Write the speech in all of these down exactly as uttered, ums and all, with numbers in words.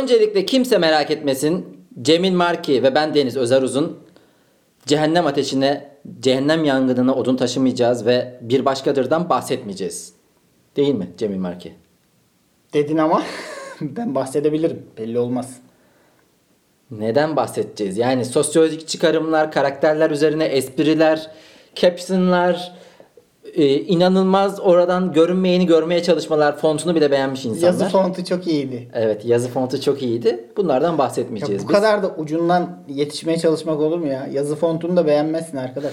Öncelikle kimse merak etmesin. Cemil Marki ve ben Deniz Özeruzun cehennem ateşine, cehennem yangınına odun taşımayacağız ve bir başkadırdan bahsetmeyeceğiz. Değil mi Cemil Marki? Dedin ama ben bahsedebilirim. Belli olmaz. Neden bahsedeceğiz? Yani sosyolojik çıkarımlar, karakterler üzerine espriler, captionlar, e, inanılmaz oradan görünmeyeni görmeye çalışmalar, fontunu bile beğenmiş insanlar. Yazı fontu çok iyiydi. Evet, yazı fontu çok iyiydi. Bunlardan bahsetmeyeceğiz Ya bu biz. kadar da ucundan yetişmeye çalışmak olur mu ya? Yazı fontunu da beğenmezsin arkadaş.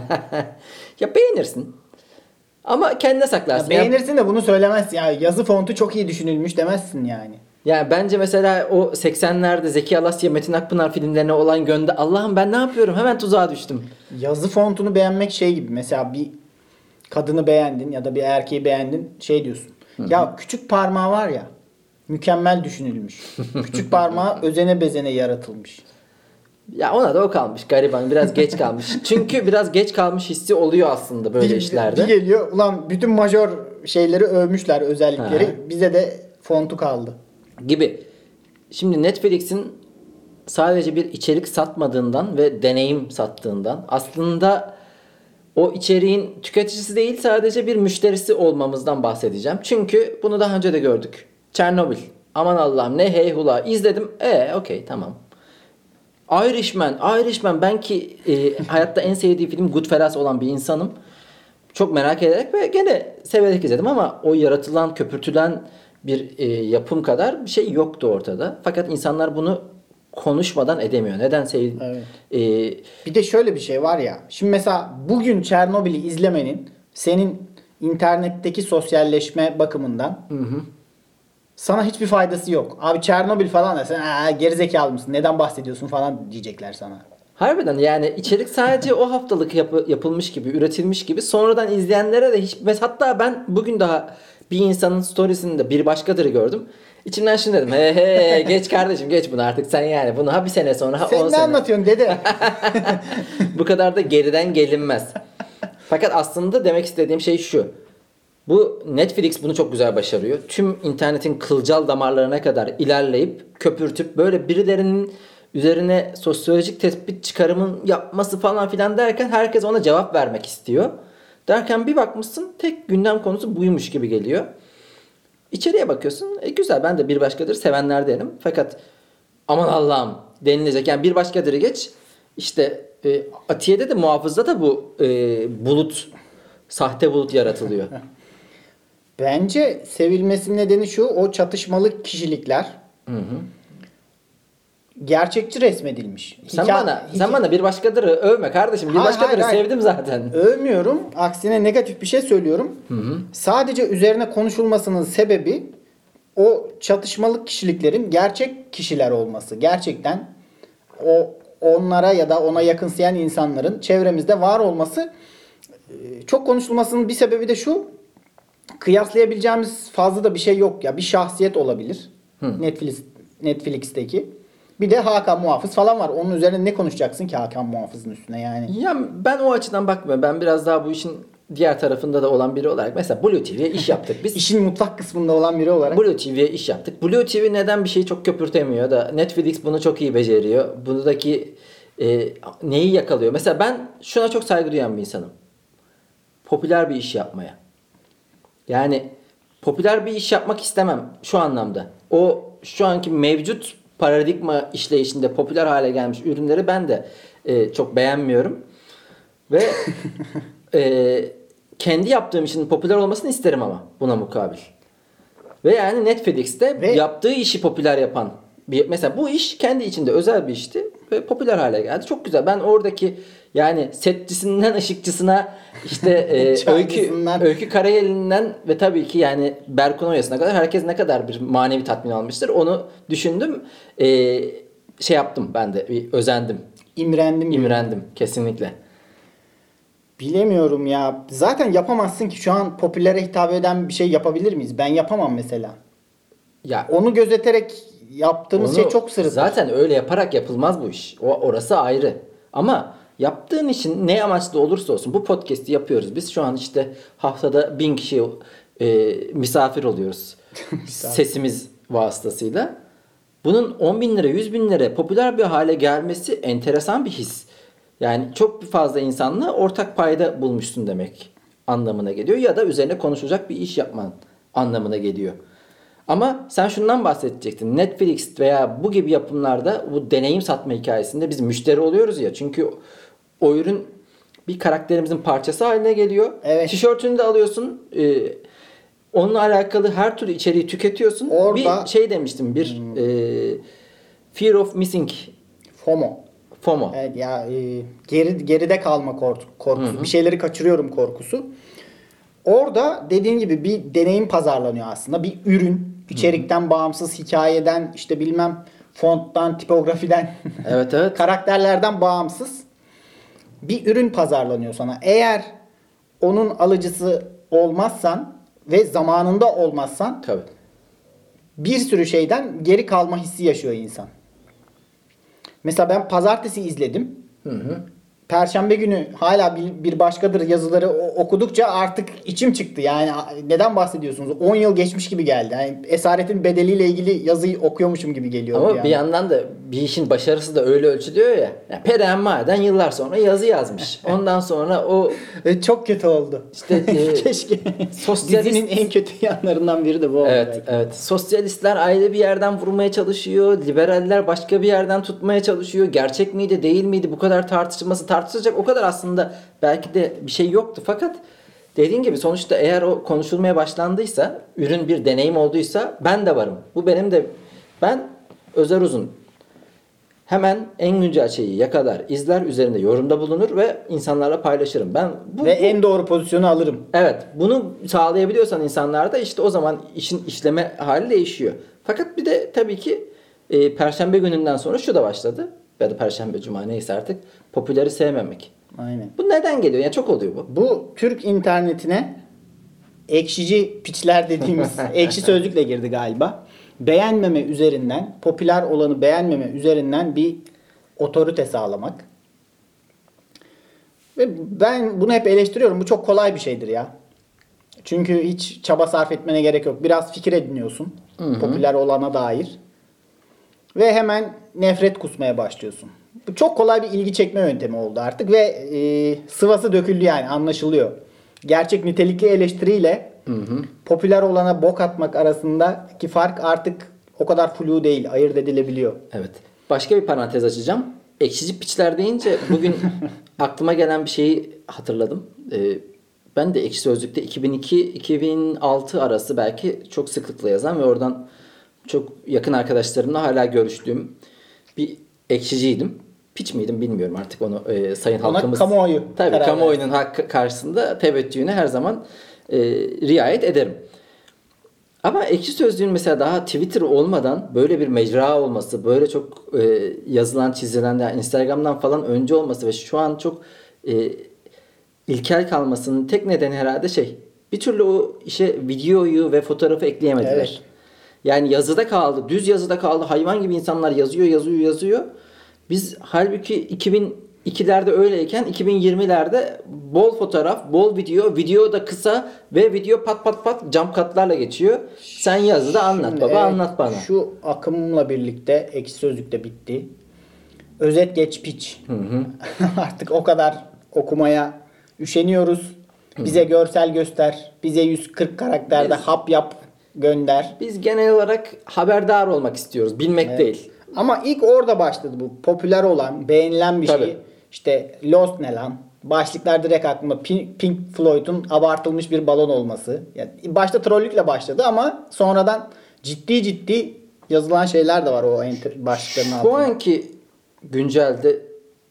Ya beğenirsin. Ama kendine saklarsın. Ya beğenirsin de bunu söylemezsin. Ya yazı fontu çok iyi düşünülmüş demezsin yani. Yani bence mesela o seksenlerde Zeki Alasya, Metin Akpınar filmlerine olan gönde Allah'ım ben ne yapıyorum? Hemen tuzağa düştüm. Yazı fontunu beğenmek şey gibi. Mesela bir kadını beğendin ya da bir erkeği beğendin. Şey diyorsun. Hı-hı. Ya küçük parmağı var ya. Mükemmel düşünülmüş. Küçük parmağı özene bezene yaratılmış. Ya ona da o kalmış gariban. Biraz geç kalmış. Çünkü biraz geç kalmış hissi oluyor aslında böyle bir, işlerde. Bir geliyor. Ulan bütün majör şeyleri övmüşler, özellikleri. Ha. Bize de fontu kaldı. Gibi. Şimdi Netflix'in sadece bir içerik satmadığından ve deneyim sattığından aslında o içeriğin tüketicisi değil sadece bir müşterisi olmamızdan bahsedeceğim. Çünkü bunu daha önce de gördük. Çernobil. Aman Allah'ım ne heyhula. İzledim. E okey tamam. Irishman. Irishman ben ki e, hayatta en sevdiği film Goodfellas olan bir insanım. Çok merak ederek ve gene severek izledim ama o yaratılan, köpürtülen bir e, yapım kadar bir şey yoktu ortada. Fakat insanlar bunu konuşmadan edemiyor. Neden sev? Evet. E, bir de şöyle bir şey var ya. Şimdi mesela bugün Çernobil'i izlemenin senin internetteki sosyalleşme bakımından hı hı. sana hiçbir faydası yok. Abi Çernobil falan da sen gerizekalı mısın? Neden bahsediyorsun falan diyecekler sana. Harbiden yani içerik sadece o haftalık yapı, yapılmış gibi, üretilmiş gibi. Sonradan izleyenlere de hiç... Hatta ben bugün daha bir insanın storiesinde bir başkadırı gördüm. İçimden şunu dedim. He he geç kardeşim geç bunu artık sen yani. Bunu ha bir sene sonra ha on sene. sene. Sen ne anlatıyorsun dede? Bu kadar da geriden gelinmez. Fakat aslında demek istediğim şey şu. Bu Netflix bunu çok güzel başarıyor. Tüm internetin kılcal damarlarına kadar ilerleyip köpürtüp böyle birilerinin üzerine sosyolojik tespit çıkarımın yapması falan filan derken herkes ona cevap vermek istiyor. Derken bir bakmışsın tek gündem konusu buymuş gibi geliyor. İçeriye bakıyorsun. E güzel ben de bir başkadır sevenler derim. Fakat aman Allah'ım denilecek. Yani bir başkadırı geç. İşte e, Atiye'de de Muhafız'da da bu e, bulut sahte bulut yaratılıyor. Bence sevilmesinin nedeni şu. O çatışmalı kişilikler. Hı hı. Gerçekçi resmedilmiş. Sen Hika- bana hika- sen bana bir başkadırı övme kardeşim. Bir Hayır, başkadırı hayır, hayır. sevdim zaten. Övmüyorum. Aksine negatif bir şey söylüyorum. Hı hı. Sadece üzerine konuşulmasının sebebi o çatışmalı kişiliklerin gerçek kişiler olması. Gerçekten o onlara ya da ona yakınsayan insanların çevremizde var olması. Çok konuşulmasının bir sebebi de şu. Kıyaslayabileceğimiz fazla da bir şey yok ya. Bir şahsiyet olabilir. Hı. Netflix Netflix'teki. Bir de Hakan Muhafız falan var. Onun üzerine ne konuşacaksın ki Hakan Muhafız'ın üstüne yani? Ya ben o açıdan bakmıyorum. Ben biraz daha bu işin diğer tarafında da olan biri olarak mesela Blue T V'ye iş yaptık biz. İşin mutlak kısmında olan biri olarak. Blue T V'ye iş yaptık. Blue T V neden bir şeyi çok köpürtemiyor da Netflix bunu çok iyi beceriyor. Buradaki e, neyi yakalıyor? Mesela ben şuna çok saygı duyan bir insanım. Popüler bir iş yapmaya. Yani popüler bir iş yapmak istemem şu anlamda. O şu anki mevcut paradigma işleyişinde popüler hale gelmiş ürünleri ben de e, çok beğenmiyorum. Ve e, kendi yaptığım işin popüler olmasını isterim ama buna mukabil. Ve yani Netflix'te Ve... yaptığı işi popüler yapan bir, mesela bu iş kendi içinde özel bir işti ve popüler hale geldi. Çok güzel. Ben oradaki yani setçisinden ışıkçısına işte e, öykü, öykü Karayeli'nden ve tabii ki yani Berkun Oyası'na kadar herkes ne kadar bir manevi tatmin almıştır. Onu düşündüm. E, şey yaptım ben de. Bir özendim. İmrendim. İmrendim. Kesinlikle. Bilemiyorum ya. Zaten yapamazsın ki. Şu an popülere hitap eden bir şey yapabilir miyiz? Ben yapamam mesela. Ya onu gözeterek yaptığımız onu, şey çok sırıtır. Zaten öyle yaparak yapılmaz bu iş. O orası ayrı. Ama yaptığın işin ne amaçlı olursa olsun bu podcast'i yapıyoruz. Biz şu an işte haftada bin kişi e, misafir oluyoruz. Sesimiz vasıtasıyla. Bunun on bin lira, yüz bin lira popüler bir hale gelmesi enteresan bir his. Yani çok fazla insanla ortak payda bulmuşsun demek anlamına geliyor. Ya da üzerine konuşulacak bir iş yapman anlamına geliyor. Ama sen şundan bahsedecektin. Netflix veya bu gibi yapımlarda bu deneyim satma hikayesinde biz müşteri oluyoruz ya. Çünkü o ürün bir karakterimizin parçası haline geliyor. Evet. Tişörtünü de alıyorsun. E, onunla alakalı her türlü içeriği tüketiyorsun. Orada, bir şey demiştim. Bir hmm. e, fear of missing. FOMO. FOMO. Evet ya, e, geri geride kalma korkusu. Hı hı. Bir şeyleri kaçırıyorum korkusu. Orada dediğim gibi bir deneyim pazarlanıyor aslında. Bir ürün. İçerikten Hı-hı. bağımsız, hikayeden, işte bilmem fonttan, tipografiden, evet, evet. karakterlerden bağımsız bir ürün pazarlanıyor sana. Eğer onun alıcısı olmazsan ve zamanında olmazsan Tabii. bir sürü şeyden geri kalma hissi yaşıyor insan. Mesela ben pazartesi izledim. Hı hı. Perşembe günü hala bir, bir başkadır yazıları okudukça artık içim çıktı. Yani neden bahsediyorsunuz? on yıl geçmiş gibi geldi. Yani Esaretin Bedeli'yle ilgili yazıyı okuyormuşum gibi geliyor. Ama yani. bir yandan da bir işin başarısı da öyle ölçülüyor ya. Yani Perihan Maden yıllar sonra yazı yazmış. Ondan sonra o çok kötü oldu. İşte e, keşke. Sosyalist... Dizinin en kötü yanlarından biri de bu oldu. Evet, belki. evet. Sosyalistler ayrı bir yerden vurmaya çalışıyor. Liberaller başka bir yerden tutmaya çalışıyor. Gerçek miydi, değil miydi? Bu kadar tartışılması tartışılacak o kadar aslında belki de bir şey yoktu. Fakat dediğin gibi sonuçta eğer o konuşulmaya başlandıysa, ürün bir deneyim olduysa ben de varım. Bu benim de, ben Özer Uzun hemen en güncel şeyi yakalar, izler, üzerinde yorumda bulunur ve insanlarla paylaşırım. Ben bu, ve bu, en doğru pozisyonu alırım. Evet, bunu sağlayabiliyorsan insanlarda işte o zaman işin işleme hali değişiyor. Fakat bir de tabii ki e, Perşembe gününden sonra şu da başladı. Ya da Perşembe, Cuma neyse artık popüleri sevmemek. Aynen. Bu neden geliyor? Yani çok oluyor bu. Bu Türk internetine ekşici piçler dediğimiz ekşi sözlükle girdi galiba. Beğenmeme üzerinden, popüler olanı beğenmeme üzerinden bir otorite sağlamak. Ve ben bunu hep eleştiriyorum. Bu çok kolay bir şeydir ya. Çünkü hiç çaba sarf etmene gerek yok. Biraz fikir ediniyorsun. Hı hı. Popüler olana dair. Ve hemen nefret kusmaya başlıyorsun. Bu çok kolay bir ilgi çekme yöntemi oldu artık. Ve e, sıvası döküldü yani, anlaşılıyor. Gerçek nitelikli eleştiriyle hı hı. popüler olana bok atmak arasındaki fark artık o kadar flu değil. Ayırt edilebiliyor. Evet. Başka bir parantez açacağım. Ekşici piçler deyince bugün aklıma gelen bir şeyi hatırladım. Ee, ben de Ekşi Sözlük'te iki bin iki iki bin altı arası belki çok sıklıkla yazan ve oradan çok yakın arkadaşlarımla hala görüştüğüm bir ekşiciydim. Piç miydim bilmiyorum artık onu e, sayın Ona halkımız. Kamuoyu. Tabii kamuoyunun hakkı karşısında teveccühüne her zaman e, riayet ederim. Ama Ekşi Sözlüğün mesela daha Twitter olmadan böyle bir mecra olması, böyle çok e, yazılan, çizilen, yani Instagram'dan falan önce olması ve şu an çok e, ilkel kalmasının tek nedeni herhalde şey, bir türlü o işe videoyu ve fotoğrafı ekleyemediler. Evet. Yani yazıda kaldı, düz yazıda kaldı. Hayvan gibi insanlar yazıyor, yazıyor, yazıyor. Biz halbuki iki bin ikilerde öyleyken iki bin yirmilerde bol fotoğraf, bol video, video da kısa ve video pat pat pat jump cut'larla geçiyor. Sen yazıda anlat Şimdi baba, evet, anlat bana. Şu akımla birlikte Ekşi Sözlük'te bitti. Özet geç piç. Hı hı. Artık o kadar okumaya üşeniyoruz. Bize hı. görsel göster. Bize yüz kırk karakterde Biz... hap yap gönder. Biz genel olarak haberdar olmak istiyoruz. Bilmek evet. değil. Ama ilk orada başladı bu. Popüler olan, beğenilen bir Tabii. şey. İşte Lost ne lan? Başlıklar direkt aklıma Pink, Pink Floyd'un abartılmış bir balon olması. Yani başta trollükle başladı ama sonradan ciddi ciddi yazılan şeyler de var o başlıkların altında. Şu anki güncelde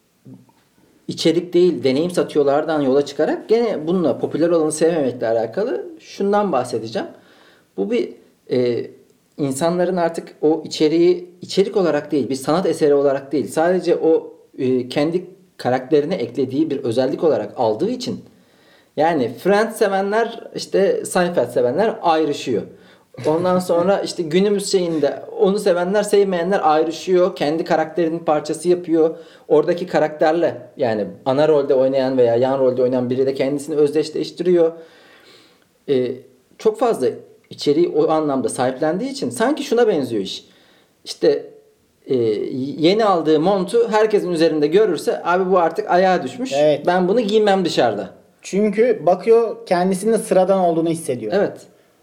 içerik değil, deneyim satıyorlardan yola çıkarak gene bununla popüler olanı sevmemekle alakalı şundan bahsedeceğim. Bu bir e, insanların artık o içeriği içerik olarak değil, bir sanat eseri olarak değil, sadece o e, kendi karakterine eklediği bir özellik olarak aldığı için, yani Friends sevenler işte Seinfeld sevenler ayrışıyor. Ondan sonra işte günümüz şeyinde onu sevenler sevmeyenler ayrışıyor. Kendi karakterinin parçası yapıyor. Oradaki karakterle, yani ana rolde oynayan veya yan rolde oynayan biri de kendisini özdeşleştiriyor. Ee, çok fazla içeriği o anlamda sahiplendiği için sanki şuna benziyor iş. işte e, yeni aldığı montu herkesin üzerinde görürse abi bu artık ayağa düşmüş. Evet. Ben bunu giymem dışarıda. Çünkü bakıyor kendisinin de sıradan olduğunu hissediyor. Evet.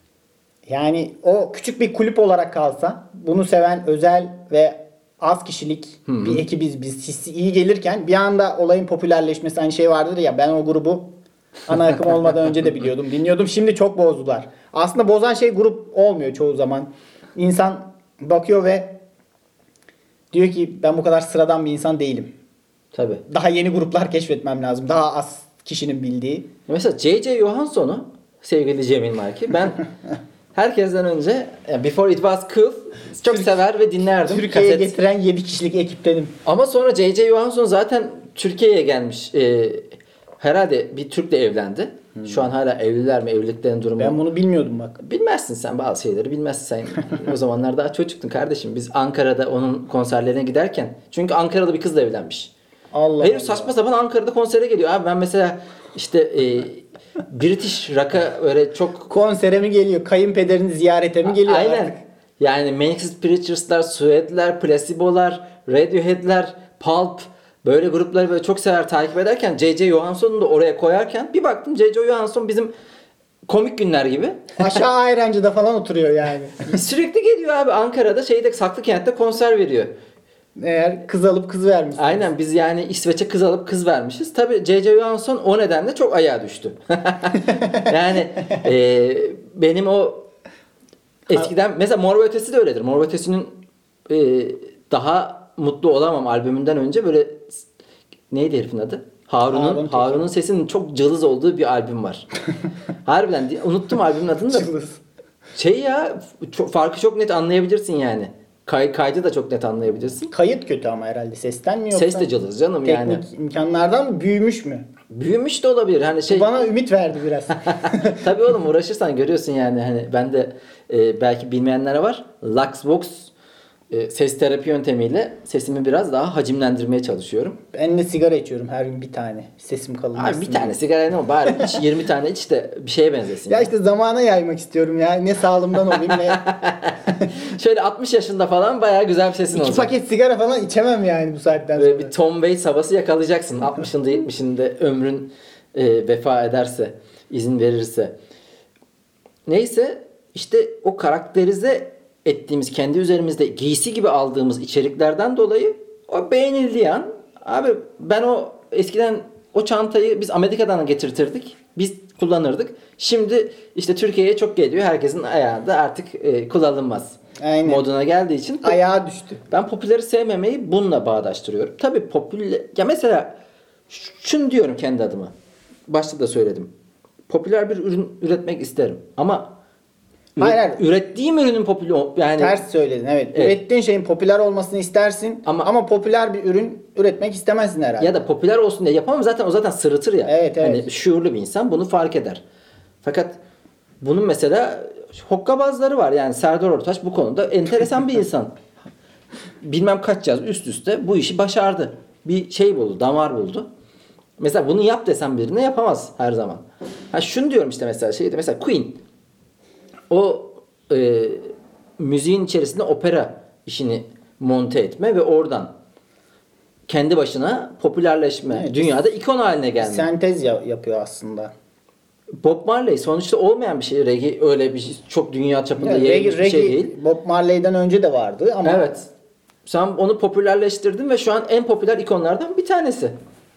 Yani o küçük bir kulüp olarak kalsa bunu seven özel ve az kişilik Hı-hı. bir ekibiz biz hissi iyi gelirken bir anda olayın popülerleşmesi hani şey vardır ya ben o grubu ana akım olmadan önce de biliyordum dinliyordum şimdi çok bozdular. Aslında bozan şey grup olmuyor çoğu zaman. İnsan bakıyor ve diyor ki ben bu kadar sıradan bir insan değilim. Tabii. Daha yeni gruplar keşfetmem lazım. Daha az kişinin bildiği. Mesela J J Johansson'u sevgili Cemil Marki ben herkesten önce yani Before It Was Cool çok sever ve dinlerdim. Türkiye'ye Kaset. getiren yedi kişilik ekiptenim. Ama sonra J J Johansson zaten Türkiye'ye gelmiş. Ee, herhalde bir Türk'le evlendi. Hmm. Şu an hala evliler mi? Evliliklerin durumu. Ben bunu bilmiyordum bak. Bilmezsin sen bazı şeyleri. Bilmezsin sen. O zamanlar daha çocuktun kardeşim. Biz Ankara'da onun konserlerine giderken. Çünkü Ankara'da bir kızla evlenmiş. Allah Hayır Allah. saçma sapan Ankara'da konsere geliyor. Abi ben mesela işte e, British rock'a öyle çok Konsere mi geliyor? Kayınpederini ziyarete mi geliyor aynen. artık? Yani Manic Preachers'lar, Sued'ler, Placebo'lar, Radiohead'ler, Pulp böyle grupları böyle çok sever takip ederken J J Johansson'u da oraya koyarken bir baktım J J Johansson bizim Komik Günler gibi. Aşağı Ayrancı'da falan oturuyor yani. Sürekli geliyor abi Ankara'da şeyde Saklıkent'te konser veriyor. Eğer kız alıp kız vermiş. Aynen biz yani İsveç'e kız alıp kız vermişiz. Tabii J J Johansson o nedenle çok ayağa düştü. Yani e, benim o eskiden mesela Mor ve Ötesi de öyledir. Mor ve Ötesi'nin e, daha mutlu olamam albümünden önce böyle neydi herifin adı? Harun'un Harun Harun'un sesinin çok cılız olduğu bir albüm var. Harbiden unuttum albümün adını da. Cılız. Şey ya çok, farkı çok net anlayabilirsin yani. Kay, kaydı da çok net anlayabilirsin. Kayıt kötü ama herhalde sesten mi yoksa? Ses de cılız canım teknik yani. imkanlardan mı büyümüş mü? Büyümüş de olabilir. Hani şey Bana ümit verdi biraz. tabii oğlum uğraşırsan görüyorsun yani hani ben de e, belki bilmeyenlere var. Luxvox e, ses terapi yöntemiyle sesimi biraz daha hacimlendirmeye çalışıyorum. Ben de sigara içiyorum her gün bir tane. Sesim kalınmasın. Abi bir tane sigara ne o bari iç, yirmi tane iç de bir şeye benzesin. Ya yani. işte zamana yaymak istiyorum ya. Ne sağlığımdan olayım ne. Şöyle altmış yaşında falan bayağı güzel bir sesin İki olacak. paket sigara falan içemem yani bu saatten sonra. Böyle bir Tom Waits havası yakalayacaksın. altmışında yetmişinde ömrün e, vefa ederse, izin verirse. Neyse işte o karakterize ettiğimiz, kendi üzerimizde giysi gibi aldığımız içeriklerden dolayı o beğenildiği an abi ben o eskiden o çantayı biz Amerika'dan getirtirdik. Biz kullanırdık. Şimdi işte Türkiye'ye çok geliyor. Herkesin ayağında artık e, kullanılmaz. Aynen. Moduna geldiği için Ayağa düştü. ben popüleri sevmemeyi bununla bağdaştırıyorum. Tabii popüler ya mesela şunu diyorum kendi adıma. Başta da söyledim. Popüler bir ürün üretmek isterim ama Hayır, üret- hayır. ürettiğim ürünün popüler yani Ters söyledin evet. Evet. Ürettiğin şeyin popüler olmasını istersin Ama- ama, popüler bir ürün üretmek istemezsin herhalde. ya da popüler olsun diye yapamam zaten o zaten sırıtır ya. Evet, evet. Hani şuurlu bir insan bunu fark eder. Fakat bunun mesela hokkabazları var. Yani Serdar Ortaç bu konuda enteresan bir insan. Bilmem kaç yaz üst üste bu işi başardı. Bir şey buldu, damar buldu. Mesela bunu yap desem birine yapamaz her zaman. Ha şunu diyorum işte mesela şeyde mesela Queen o e, müziğin içerisinde opera işini monte etme ve oradan kendi başına popülerleşme, Evet. dünyada ikon haline gelme. Sentez ya- yapıyor aslında. Bob Marley sonuçta olmayan bir şey. Reggae öyle bir şey, çok dünya çapında Evet, yayılmış reggae, bir şey reggae değil. Bob Marley'den önce de vardı ama Evet. Sen onu popülerleştirdin ve şu an en popüler ikonlardan bir tanesi.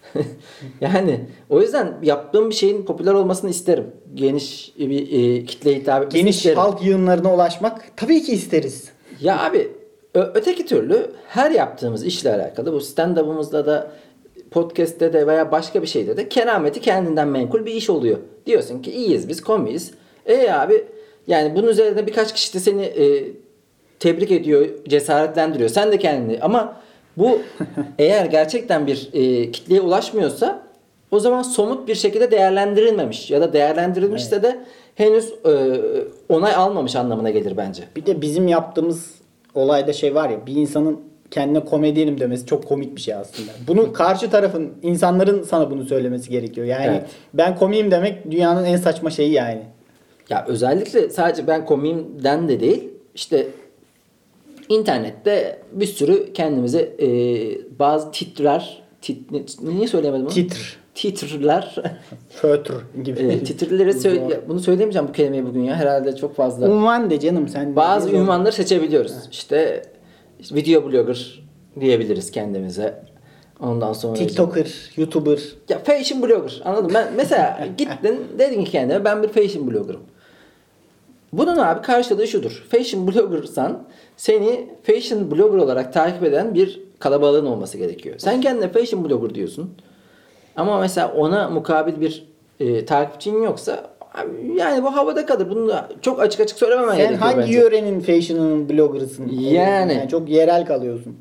Yani o yüzden yaptığım bir şeyin popüler olmasını isterim. Geniş bir e, kitleye hitap etmesini geniş isterim. halk yığınlarına ulaşmak tabii ki isteriz. Ya abi ö- öteki türlü her yaptığımız işle alakalı bu stand-up'ımızda da podcast'te de veya başka bir şeyde de kerameti kendinden menkul bir iş oluyor. Diyorsun ki iyiyiz biz komiyiz. E abi yani bunun üzerine birkaç kişi de seni e, tebrik ediyor, cesaretlendiriyor. Sen de kendini ama bu eğer gerçekten bir e, kitleye ulaşmıyorsa o zaman somut bir şekilde değerlendirilmemiş ya da değerlendirilmişse Evet. de henüz e, onay almamış anlamına gelir bence. Bir de bizim yaptığımız olayda şey var ya bir insanın kendine komedyenim demesi çok komik bir şey aslında. Bunu karşı tarafın insanların sana bunu söylemesi gerekiyor. Yani Evet. ben komiyim demek dünyanın en saçma şeyi yani. Ya özellikle sadece ben komiyimden de değil işte İnternette bir sürü kendimize e, bazı titrer, tit, ne- niye söyleyemedim onu? Titr. Titrler. Fötr gibi. e, titrleri söyle, bunu söyleyemeyeceğim bu kelimeyi bugün ya. Herhalde çok fazla. Unvan de canım sen. Bazı ünvanları seçebiliyoruz. İşte, işte video blogger diyebiliriz kendimize. Ondan sonra TikToker, YouTuber. ya fashion blogger, anladın mı? Ben mesela gittin dedin ki kendine ben bir fashion blogger'ım. Bunun abi karşılığı şudur. Fashion blogger'san seni fashion blogger olarak takip eden bir kalabalığın olması gerekiyor. Sen kendine fashion blogger diyorsun. Ama mesela ona mukabil bir e, takipçin yoksa abi yani bu havada kalır. Bunu da çok açık açık söylememen Sen gerekiyor hangi bence. yörenin fashion'ın blogger'ısın? Yani. yani. Çok yerel kalıyorsun.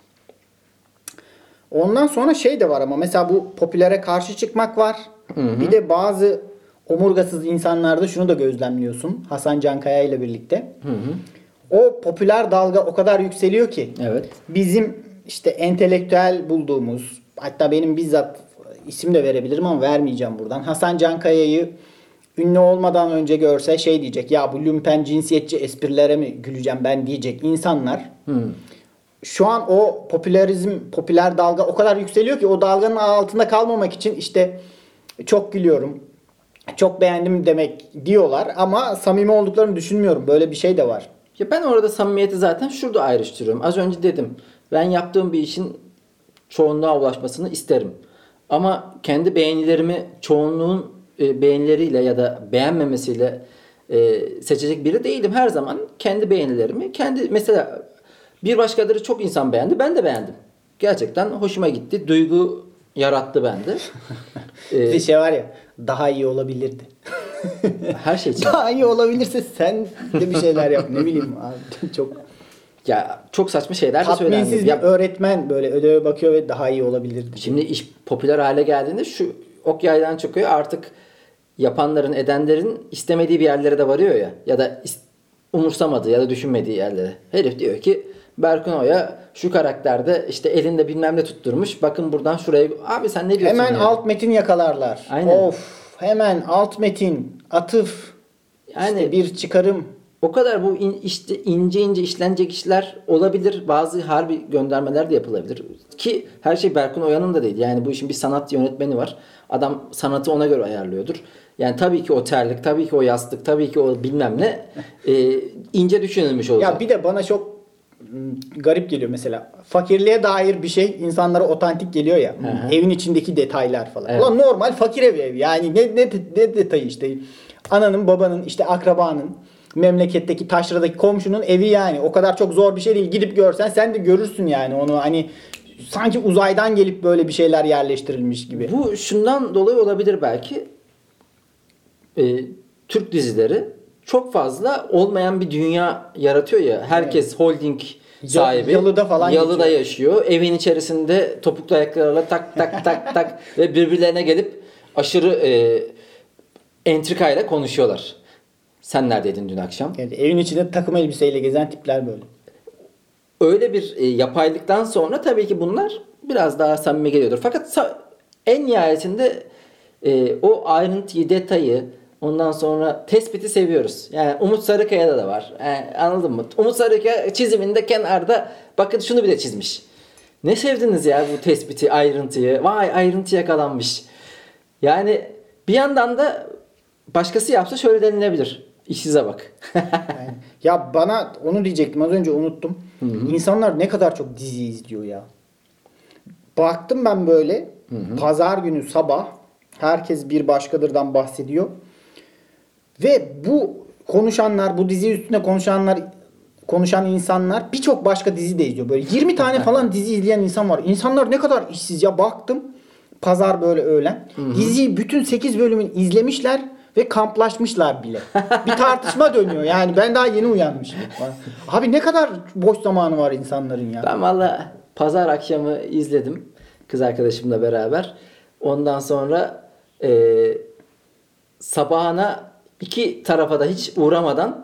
Ondan sonra şey de var ama mesela bu popülere karşı çıkmak var. Hı hı. Bir de bazı omurgasız insanlarda şunu da gözlemliyorsun. Hasan Cankaya ile birlikte. Hı hı. O popüler dalga o kadar yükseliyor ki Evet. bizim işte entelektüel bulduğumuz, hatta benim bizzat isim de verebilirim ama vermeyeceğim buradan. Hasan Cankaya'yı ünlü olmadan önce görse şey diyecek. Ya bu lümpen cinsiyetçi esprilere mi güleceğim ben diyecek insanlar. Hı. Şu an o popülerizm, popüler dalga o kadar yükseliyor ki o dalganın altında kalmamak için işte çok gülüyorum, çok beğendim demek diyorlar ama samimi olduklarını düşünmüyorum. Böyle bir şey de var. Ya ben orada samimiyeti zaten şurada ayrıştırıyorum. Az önce dedim. Ben yaptığım bir işin çoğunluğa ulaşmasını isterim. Ama kendi beğenilerimi çoğunluğun e, beğenileriyle ya da beğenmemesiyle e, seçecek biri değilim. Her zaman kendi beğenilerimi, kendi mesela bir başkaları çok insan beğendi. Ben de beğendim. Gerçekten hoşuma gitti. Duygu yarattı bende. Bir şey var ya, daha iyi olabilirdi. Her şey için. Daha iyi olabilirse sen de bir şeyler yap. Ne bileyim abi, çok Ya çok saçma şeyler de söylendi. tatminsiz bir Ya, öğretmen böyle ödeve bakıyor ve daha iyi olabilirdi. şimdi iş popüler hale geldiğinde şu ok yaydan çıkıyor. Artık yapanların, edenlerin istemediği bir yerlere de varıyor ya. Ya da is- umursamadığı ya da düşünmediği yerlere. Herif diyor ki Berkun Oya şu karakterde işte elinde bilmem ne tutturmuş. Bakın buradan şuraya. Abi sen ne diyorsun Hemen ya? alt metin yakalarlar. Aynen. Of, hemen alt metin, atıf, Yani- işte bir çıkarım. O kadar bu in, işte ince ince işlenecek işler olabilir. Bazı harbi göndermeler de yapılabilir. Ki her şey Berkun Oya'nın da değil. Yani bu işin bir sanat yönetmeni var. Adam sanatı ona göre ayarlıyordur. Yani tabii ki o terlik, tabii ki o yastık, tabii ki o bilmem ne e, ince düşünülmüş olacak. Ya bir de bana çok mm, garip geliyor mesela. Fakirliğe dair bir şey insanlara otantik geliyor ya. Hı hı. Evin içindeki detaylar falan. Evet. Ulan normal fakir ev ev. Yani ne, ne, ne detayı işte. Ananın, babanın, işte akrabanın, memleketteki, taşradaki komşunun evi yani. O kadar çok zor bir şey değil. Gidip görsen sen de görürsün yani onu. Hani sanki uzaydan gelip böyle bir şeyler yerleştirilmiş gibi. Bu şundan dolayı olabilir belki. Ee, Türk dizileri çok fazla olmayan bir dünya yaratıyor ya. Herkes holding sahibi. Yalıda falan Yalıda geçiyor. yaşıyor. Evin içerisinde topuklu ayaklarıyla tak tak tak tak ve birbirlerine gelip aşırı e, entrikayla konuşuyorlar. Sen neredeydin dün akşam? Yani evin içinde takım elbiseyle gezen tipler böyle. Öyle bir e, yapaylıktan sonra tabii ki bunlar biraz daha samimi geliyordur. Fakat sa- en nihayetinde e, o ayrıntıyı, detayı, ondan sonra tespiti seviyoruz. Yani Umut Sarıkaya'da da var. Yani anladın mı? Umut Sarıkaya çiziminde kenarda bakın şunu bile çizmiş. Ne sevdiniz ya bu tespiti, ayrıntıyı. Vay ayrıntı yakalanmış. Yani bir yandan da başkası yapsa şöyle denilebilir. İşsize bak. Yani, ya bana onu diyecektim az önce unuttum. İnsanlar ne kadar çok dizi izliyor ya. Baktım ben böyle pazar günü sabah herkes bir başkadırdan bahsediyor. Ve bu konuşanlar, bu dizi üstüne konuşanlar konuşan insanlar birçok başka dizi de izliyor. Böyle yirmi tane falan dizi izleyen insan var. İnsanlar ne kadar işsiz ya, baktım pazar böyle öğlen. Diziyi bütün sekiz bölümünü izlemişler ve kamplaşmışlar bile. Bir tartışma dönüyor. Yani ben daha yeni uyanmışım. Abi ne kadar boş zamanı var insanların ya. Ben valla pazar akşamı izledim kız arkadaşımla beraber. Ondan sonra e, sabahına iki tarafa da hiç uğramadan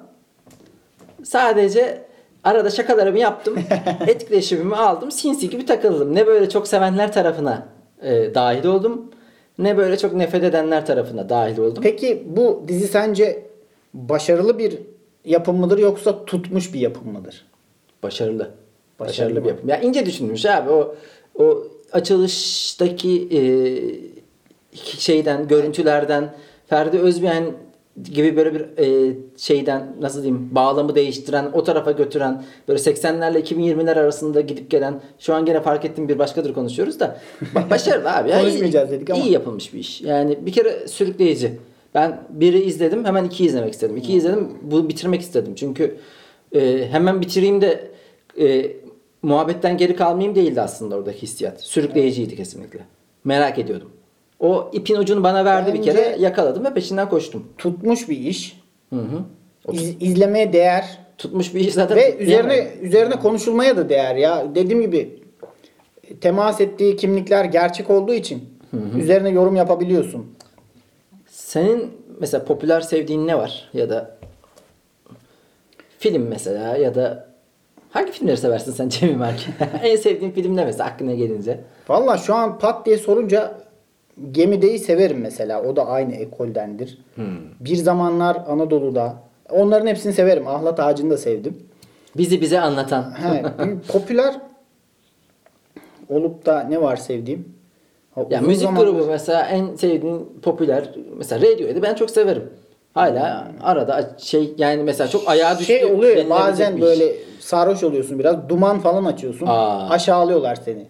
sadece arada şakalarımı yaptım. Etkileşimimi aldım. Sinsi gibi takıldım. Ne böyle çok sevenler tarafına e, dahil oldum. Ne böyle çok nefret edenler tarafına dahil oldum. Peki bu dizi sence başarılı bir yapım mıdır yoksa tutmuş bir yapım mıdır? başarılı. Başarılı, Başarılı bir mı? yapım. Ya ince düşünülmüş abi o o açılıştaki e, şeyden, görüntülerden Ferdi Özbeğen gibi böyle bir e, şeyden nasıl diyeyim bağlamı değiştiren, o tarafa götüren, böyle seksenlerle iki bin yirmiler arasında gidip gelen, şu an gene fark ettiğim bir başkadır konuşuyoruz da ba- başarılı abi. Yani Konuşmayacağız dedik ama. İyi yapılmış bir iş. Yani bir kere sürükleyici. Ben biri izledim, hemen ikiyi izlemek istedim. İkiyi izledim, bu bitirmek istedim. Çünkü e, hemen bitireyim de e, muhabbetten geri kalmayayım değildi aslında oradaki hissiyat. Sürükleyiciydi kesinlikle. Merak ediyordum. O ipin ucunu bana verdi bir Bence- kere, yakaladım ve peşinden koştum. Tutmuş bir iş. Hı hı. O İz, izlemeye değer. tutmuş bir iş zaten. Ve üzerine diyemem. üzerine konuşulmaya da değer ya. Dediğim gibi temas ettiği kimlikler gerçek olduğu için üzerine yorum yapabiliyorsun. Senin mesela popüler sevdiğin ne var? Ya da film mesela, ya da hangi filmleri seversin sen Cemil Mark? En sevdiğin film ne mesela aklına gelince? Valla şu an pat diye sorunca Gemide'yi severim mesela. O da aynı ekoldendir. Bir Zamanlar Anadolu'da. Onların hepsini severim. Ahlat Ağacı'nı da sevdim. Bizi bize anlatan. He, bir popüler olup da ne var sevdiğim? Ha, Ya uzun müzik zamandır- grubu mesela en sevdiğin popüler mesela Radiohead'i ben çok severim. Hala arada şey yani mesela çok ayağa düştü. şey oluyor ya, denilebilecek bazen bir iş. böyle sarhoş oluyorsun biraz. Duman falan açıyorsun. Aa. Aşağılıyorlar seni.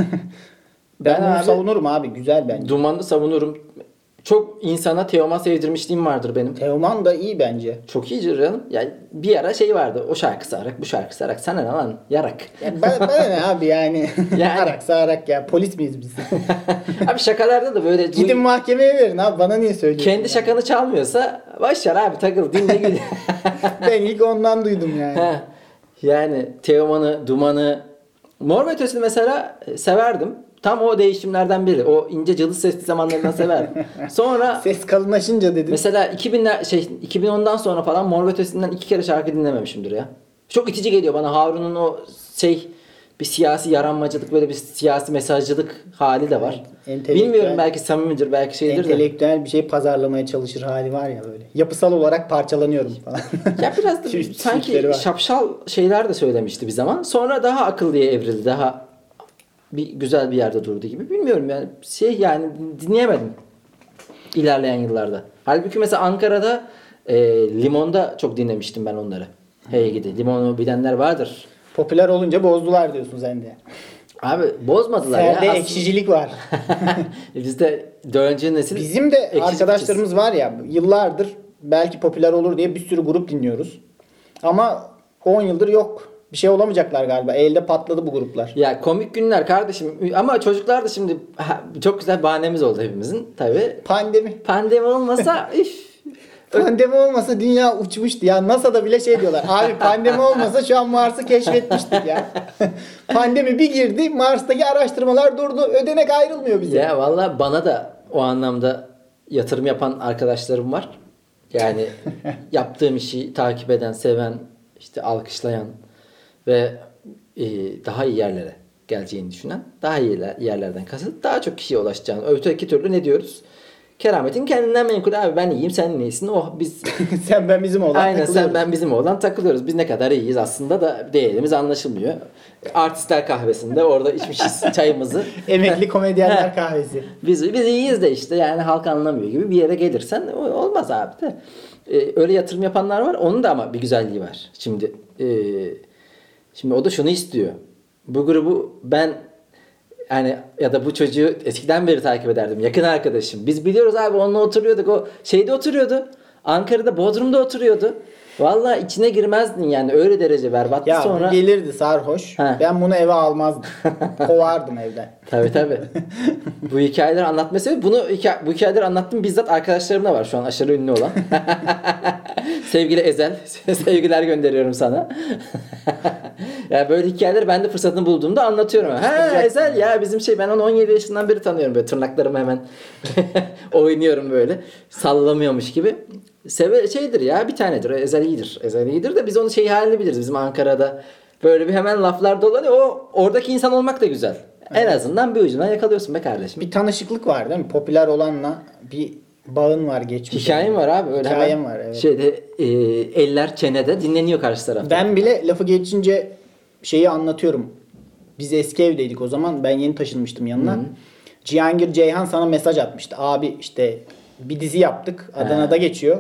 ben Ben bunu abi- savunurum abi. Güzel bence. Duman'ı savunurum. Çok insana Teoman sevdirmişliğim vardır benim. Teoman da iyi bence. Çok iyi canım. Yani bir ara şey vardı. O şarkısı arak, bu şarkısı arak. Sana ne lan? Yarak. Ya ben, bana ne abi yani. Yani- Arak sağarak ya. Polis miyiz biz? Abi şakalarda da böyle Gidin mahkemeye verin abi. Bana niye söylüyorsun? kendi şakanı çalmıyorsa başlar abi, takıl dinle gül. Ben ilk ondan duydum yani. Heh. Yani Teoman'ı, Duman'ı, Mor ve Ötesi'ni mesela e, severdim. Tam o değişimlerden biri. O ince cılız sesli zamanlarından severdim. Sonra Ses kalınlaşınca dedim. mesela iki binler şey iki bin ondan sonra falan Mor ve Ötesi'nden iki kere şarkı dinlememişimdir ya. Çok itici geliyor bana Harun'un o şey bir siyasi yaranmacılık, böyle bir siyasi mesajcılık hali de var. Evet, entelektüel- Bilmiyorum, belki samimidir, belki şeydir de. Entelektüel bir şey pazarlamaya çalışır hali var ya böyle. Yapısal olarak parçalanıyorum falan. Ya biraz da Çift- sanki çiftleri var. şapşal şeyler de söylemişti bir zaman. Sonra daha akıllıya evrildi. Daha bir güzel bir yerde durdu gibi. Bilmiyorum yani. Şey yani dinleyemedim ilerleyen yıllarda. Halbuki mesela Ankara'da e, Limon'da çok dinlemiştim ben onları. Hey gidi. Limon'u bilenler vardır. Popüler olunca bozdular diyorsun sen de. Abi bozmadılar Serde ya. Aslında- ekşicilik var. Bizde dördüncü nesil Bizim de ekşi arkadaşlarımız var ya yıllardır belki popüler olur diye bir sürü grup dinliyoruz. Ama on yıldır yok. Bir şey olamayacaklar galiba. Elde patladı bu gruplar. Ya komik günler kardeşim. Ama çocuklar da şimdi ha, çok güzel bahanemiz oldu hepimizin tabii. Pandemi. Pandemi olmasa üf. Pandemi olmasa dünya uçmuştu. Ya NASA'da bile şey diyorlar. Abi pandemi olmasa şu an Mars'ı keşfetmiştik ya. Pandemi bir girdi. Mars'taki araştırmalar durdu. Ödenek ayrılmıyor bize. Ya valla bana da o anlamda yatırım yapan arkadaşlarım var. Yani yaptığım işi takip eden, seven, işte alkışlayan ve e, daha iyi yerlere geleceğini düşünen, daha iyi yerlerden kasıt daha çok kişiye ulaşacağını. Öteki türlü ne diyoruz? Kerametin kendinden menkul abi, ben iyiyim sen neysin, oh biz Sen ben bizim olan aynen sen takılıyoruz. ben bizim oğlan takılıyoruz. Biz ne kadar iyiyiz aslında da değerimiz anlaşılmıyor. Artistler kahvesinde orada içmişiz çayımızı. Emekli komedyenler Heh. kahvesi. Biz, biz iyiyiz de işte yani halk anlamıyor gibi bir yere gelirsen o- olmaz abi de. Ee, öyle yatırım yapanlar var. Onun da ama bir güzelliği var. Şimdi e, şimdi o da şunu istiyor. Bu grubu ben yani ya da bu çocuğu eskiden beri takip ederdim. Yakın arkadaşım. Biz biliyoruz abi, onunla oturuyorduk. O şeyde oturuyordu. Ankara'da, Bodrum'da oturuyordu. Vallahi içine girmezdin yani, öyle derece berbattı. Ya Sonra bu gelirdi sarhoş. Heh. Ben bunu eve almazdım. Kovardım evden. tabii tabii. Bu hikayeleri anlatma sebebi, bunu hikaye, bu hikayeleri anlattım bizzat arkadaşlarımda var şu an aşırı ünlü olan. Sevgili Ezel, sevgiler gönderiyorum sana. Ya böyle hikayeleri ben de fırsatını bulduğumda anlatıyorum. Ha Ezel ya bizim şey, ben onu on yedi yaşından beri tanıyorum, böyle tırnaklarımı hemen oynuyorum böyle sallamıyormuş gibi. Seve şeydir ya, bir tanedir. Ezel iyidir. Ezel iyidir de biz onu şey halini biliriz bizim Ankara'da. Böyle bir hemen laflar dolanıyor. O oradaki insan olmak da güzel. En azından bir ucundan yakalıyorsun be kardeşim. Bir tanışıklık var değil mi? Popüler olanla bir bağın var geçmiş. Hikayem var abi. Öyle Hikayem hemen var, evet. Şeyde e, eller çenede dinleniyor karşı tarafta. Ben bile lafı geçince şeyi anlatıyorum. Biz eski evdeydik o zaman. Ben yeni taşınmıştım yanına. Hı-hı. Cihangir Ceyhan sana mesaj atmıştı. Abi işte bir dizi yaptık. Adana'da geçiyor.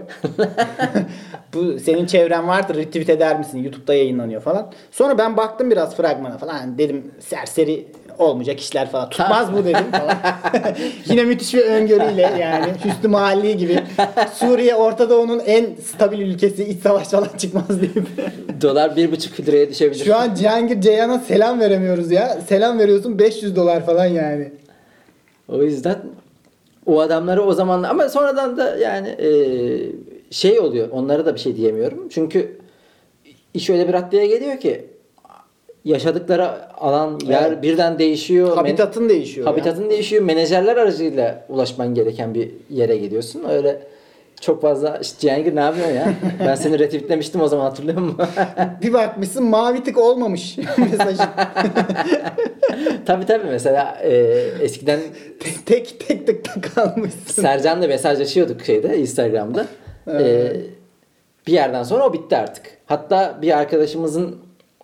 Bu senin çevren vardır. Retweet eder misin? YouTube'da yayınlanıyor falan. Sonra ben baktım biraz fragmana falan. Dedim serseri olmayacak işler falan. Tutmaz bu dedim falan. Yine müthiş bir öngörüyle yani. Hüsnü Mahalli gibi. Suriye Orta Doğu'nun en stabil ülkesi. İç savaş falan çıkmaz deyip. Dolar bir buçuk liraya düşebilir. Şu an Cihangir Ceyhan'a selam veremiyoruz ya. Selam veriyorsun beş yüz dolar falan yani. O yüzden o adamları o zaman ama sonradan da yani e, şey oluyor. Onlara da bir şey diyemiyorum. Çünkü iş öyle bir raddeye geliyor ki yaşadıkları alan, yer evet. birden değişiyor. Habitatın Men- değişiyor. Habitatın ya. değişiyor. Menajerler aracılığıyla ulaşman gereken bir yere geliyorsun. Öyle çok fazla işte Cihangir ne yapıyorsun ya? Ben seni retweetlemiştim o zaman hatırlıyor musun? Bir bakmışsın mavi tık olmamış mesajın. Tabii tabii mesela e, eskiden tek tek tık tık kalmışsın. Sercan'la mesajlaşıyorduk şeyde Instagram'da. e, bir yerden sonra o bitti artık. Hatta bir arkadaşımızın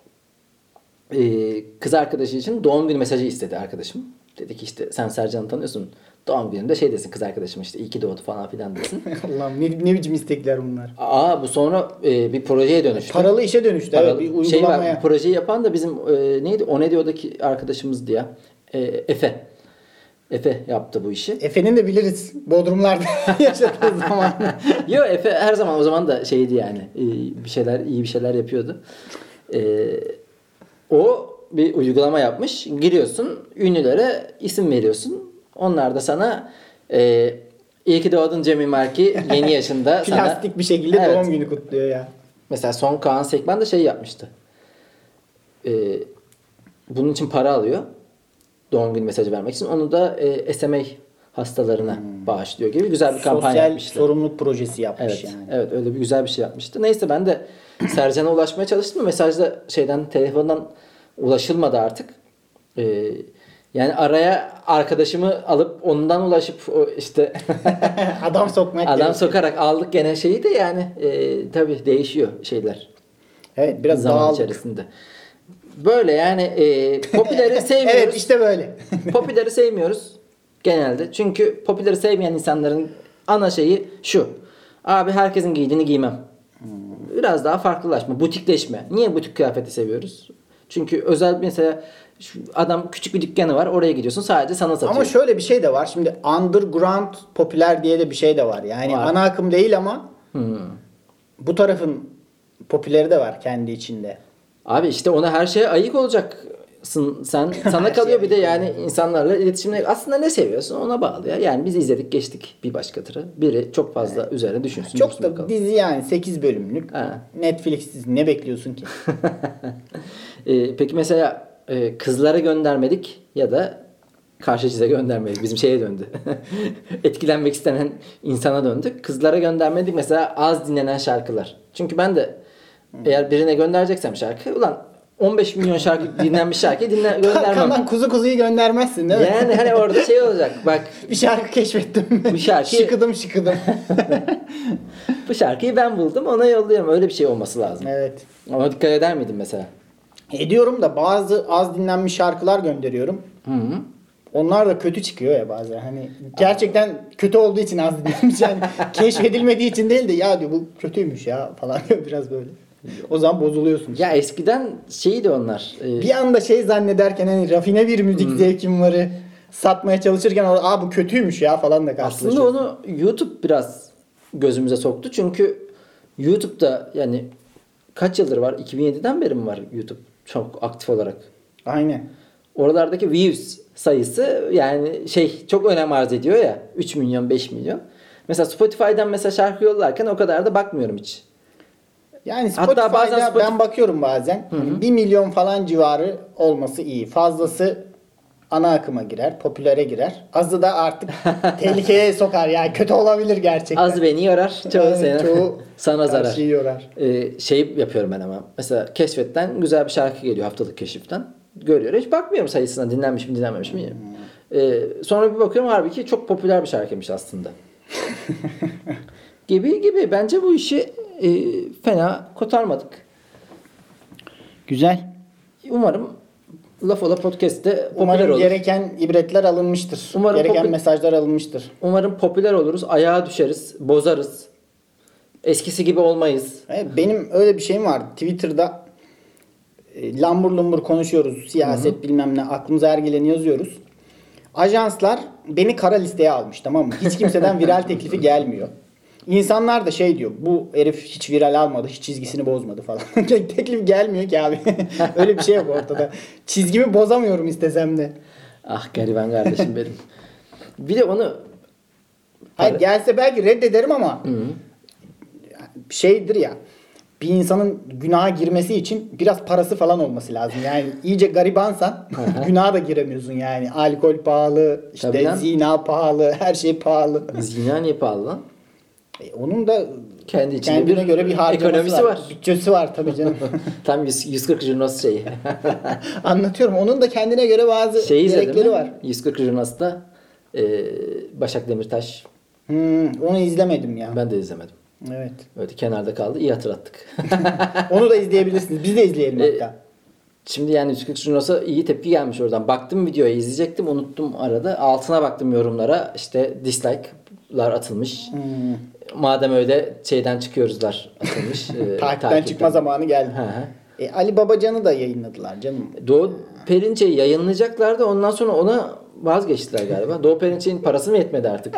e, kız arkadaşı için doğum günü mesajı istedi arkadaşım. Dedi ki işte sen Sercan'ı tanıyorsun. Doğum gününde şey desin kız arkadaşım işte iyi ki doğdu falan filan desin. Allah'ım ne, ne biçim istekler bunlar. Aa bu sonra e, bir projeye dönüştü. Paralı işe dönüştü. Paralı, evet, bir uygulamaya. Şey var, bu projeyi yapan da bizim e, neydi? Onedio'daki arkadaşımızdı ya. E, Efe. Efe yaptı bu işi. Efe'nin de biliriz. Bodrumlarda yaşadığı zaman. Yo Efe her zaman o zaman da şeydi yani. E, bir şeyler iyi bir şeyler yapıyordu. E, o bir uygulama yapmış. Giriyorsun. Ünlülere isim veriyorsun. Onlar da sana e, iyi ki doğdun Cemil Marki yeni yaşında sana plastik bir şekilde evet. doğum günü kutluyor ya. Mesela son Kaan Sekban da şey yapmıştı. E, bunun için para alıyor. Doğum günü mesajı vermek için. Onu da e, S M A hastalarına hmm. bağışlıyor gibi güzel bir kampanya Sosyal yapmıştı. Sosyal sorumluluk projesi yapmış evet, yani. Evet öyle bir güzel bir şey yapmıştı. Neyse ben de Sercan'a ulaşmaya çalıştım. Mesajda şeyden telefondan ulaşılmadı artık. Ee, yani araya arkadaşımı alıp ondan ulaşıp o işte adam sokmak adam gerekiyor. Sokarak aldık gene şeyi de yani e, tabii değişiyor şeyler. Evet biraz zaman dağıldık. içerisinde. Böyle yani e, popüleri sevmiyoruz. Evet işte böyle. Popüleri sevmiyoruz genelde. Çünkü popüleri sevmeyen insanların ana şeyi şu. Abi herkesin giydiğini giymem. Biraz daha farklılaşma, butikleşme. Niye butik kıyafeti seviyoruz? Çünkü özel mesela şu adam küçük bir dükkanı var. Oraya gidiyorsun sadece sana satıyor. Ama şöyle bir şey de var. Şimdi underground popüler diye de bir şey de var. Yani var. Ana akım değil ama hmm. bu tarafın popüleri de var kendi içinde. Abi işte ona her şeye ayık olacaksın sen. Sana kalıyor bir de yani insanlarla iletişimde. Aslında ne seviyorsun ona bağlı ya. Yani biz izledik geçtik bir başka tırı. Biri çok fazla evet. üzerine düşünsün. Çok da bakalım. Dizi yani sekiz bölümlük. Ha. Netflix dizi ne bekliyorsun ki? ee, peki mesela e, kızlara göndermedik ya da karşı cize göndermedik. Bizim şeye döndü. Etkilenmek istenen insana döndük. Kızlara göndermedik mesela az dinlenen şarkılar. Çünkü ben de eğer birine göndereceksem şarkı ulan on beş milyon şarkı dinlenmiş şarkıyı dinle, göndermem. Arkamdan kuzu kuzuyu göndermezsin değil mi? Yani hani orada şey olacak bak. Bir şarkı keşfettim. Bu şarkı şıkıdım şıkıdım. Bu şarkıyı ben buldum ona yolluyorum. Öyle bir şey olması lazım. Evet. Ama dikkat eder miydin mesela? Ediyorum da bazı az dinlenmiş şarkılar gönderiyorum. Hı hı. Onlar da kötü çıkıyor ya bazen. Hani gerçekten kötü olduğu için az dinlenmiş. Yani keşfedilmediği için değil de ya diyor bu kötüymüş ya falan biraz böyle. O zaman bozuluyorsun. Ya eskiden şeydi onlar. E... Bir anda şey zannederken hani rafine bir müzik hmm. zevkim varı satmaya çalışırken aa bu kötüymüş ya falan da karşılaşıyorsun. Aslında onu YouTube biraz gözümüze soktu. Çünkü YouTube'da yani kaç yıldır var? iki bin yediden beri mi var YouTube çok aktif olarak? Aynen. Oralardaki views sayısı yani şey çok önem arz ediyor ya. üç milyon beş milyon. Mesela Spotify'dan mesela şarkı yollarken o kadar da bakmıyorum hiç. Yani Spotify'da bazen Spotify... ben bakıyorum bazen. Hı-hı. bir milyon falan civarı olması iyi. Fazlası ana akıma girer, popülere girer. Azı da artık tehlikeye sokar. Yani kötü olabilir gerçekten. Az beni yorar, çoğu evet, seni çoğu sana zarar. Yorar. Ee, şey yapıyorum ben ama. Mesela keşfetten güzel bir şarkı geliyor haftalık keşiften. Görüyorum. Hiç bakmıyorum sayısına dinlenmiş mi dinlenmemiş mi. Hmm. Ee, sonra bir bakıyorum halbuki çok popüler bir şarkıymış aslında. gibi gibi. Bence bu işi e, fena kotarmadık. Güzel. Umarım Laf Ola Podcast'te popüler Umarım olur. gereken ibretler alınmıştır. Umarım gereken popü- mesajlar alınmıştır. Umarım popüler oluruz, ayağa düşeriz, bozarız. Eskisi gibi olmayız. Evet, benim öyle bir şeyim var. Twitter'da e, lambur lumbur konuşuyoruz. Siyaset bilmem ne. Aklımıza her geleni yazıyoruz. Ajanslar beni kara listeye almış, tamam mı? Hiç kimseden viral teklifi gelmiyor. İnsanlar da şey diyor. Bu herif hiç viral almadı. Hiç çizgisini bozmadı falan. Teklif gelmiyor ki abi. Öyle bir şey yok ortada. Çizgimi bozamıyorum istesem de. Ah gariban kardeşim benim. Bir de onu Hayır, gelse belki reddederim ama şeydir ya, bir insanın günaha girmesi için biraz parası falan olması lazım. Yani iyice garibansan günaha da giremiyorsun yani. Alkol pahalı, Tabii işte lan. zina pahalı, her şey pahalı. zina niye pahalı lan? E, onun da Kendi içinde kendine bir göre bir harcaması ekonomisi var. var. Bütçesi var tabii canım. Tam yüz, yüz kırk Junos şeyi. Anlatıyorum. Onun da kendine göre bazı Şeyi izledin gerekleri mi? var. yüz kırk Junos'ta e, Başak Demirtaş. Hmm, onu izlemedim ya. Ben de izlemedim. Evet. Öyle kenarda kaldı. İyi hatırlattık. Onu da izleyebilirsiniz. Biz de izleyelim E, hatta. Şimdi yani yüz kırk Junos'a iyi tepki gelmiş oradan. Baktım videoya, izleyecektim. Unuttum arada. Altına baktım yorumlara. İşte dislike'lar atılmış. Hmm. Madem öyle şeyden çıkıyoruzlar atılmış. e, Takipten çıkma zamanı geldi. Hı hı. E, Ali Babacan'ı da yayınladılar canım. Doğu Perinçek'i yayınlayacaklardı. Ondan sonra ona vazgeçtiler galiba. Doğu Perinçek'in parası mı yetmedi artık?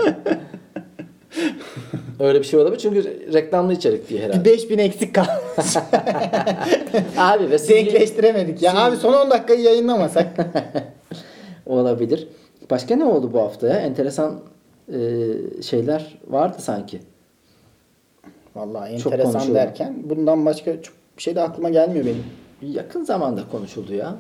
Öyle bir şey olabilir. Çünkü reklamlı içerik diye herhalde. beş bin eksik kalmış. Abi ve siz... Denkleştiremedik. Ya siz- abi son on dakikayı yayınlamasak. Olabilir. Başka ne oldu bu hafta ya? Enteresan e, şeyler vardı sanki. Vallahi Çok enteresan konuşuyorlar. derken bundan başka çok bir şey de aklıma gelmiyor benim. Yakın zamanda konuşuldu ya.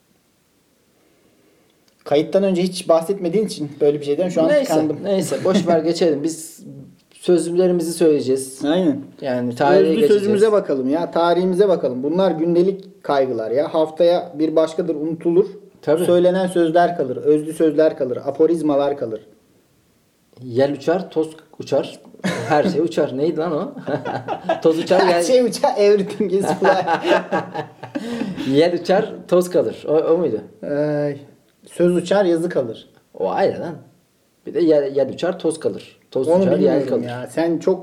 Kayıttan önce hiç bahsetmediğin için böyle bir şeyden şu an neyse, tıkandım. neyse. Boş ver geçelim. Biz sözlerimizi söyleyeceğiz. Aynen. Yani tarihe Özlü geçeceğiz. sözümüze bakalım ya. Tarihimize bakalım. Bunlar gündelik kaygılar ya. Haftaya bir başkadır unutulur. Tabii. Söylenen sözler kalır. Özlü sözler kalır. Aforizmalar kalır. Yel uçar, toz uçar. Her şey uçar. Neydi lan o? Toz uçar, Her yel, şey uçar. Everything is fly. yel uçar, toz kalır. O, o muydu? Ay, söz uçar yazı kalır. O ayrı lan. Bir de yel, yel uçar, toz kalır. Toz Onu uçar, yel bilmiyorum kalır. ya. Sen çok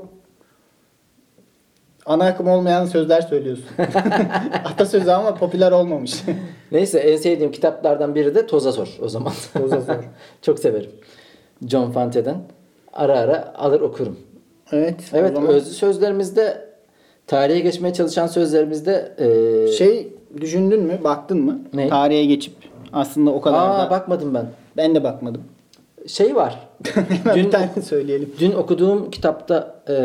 ana akım olmayan sözler söylüyorsun. Atasözü ama popüler olmamış. Neyse en sevdiğim kitaplardan biri de Toza Sor o zaman. Toza Sor. Çok severim. John Fante'den. Ara ara alır okurum. Evet. Evet o zaman özlü sözlerimizde tarihe geçmeye çalışan sözlerimizde e, şey düşündün mü? Baktın mı? Ne? Tarihe geçip aslında o kadar aa da. bakmadım ben. Ben de bakmadım. Şey var. Hemen Dün- bir tane söyleyelim. Dün okuduğum kitapta e,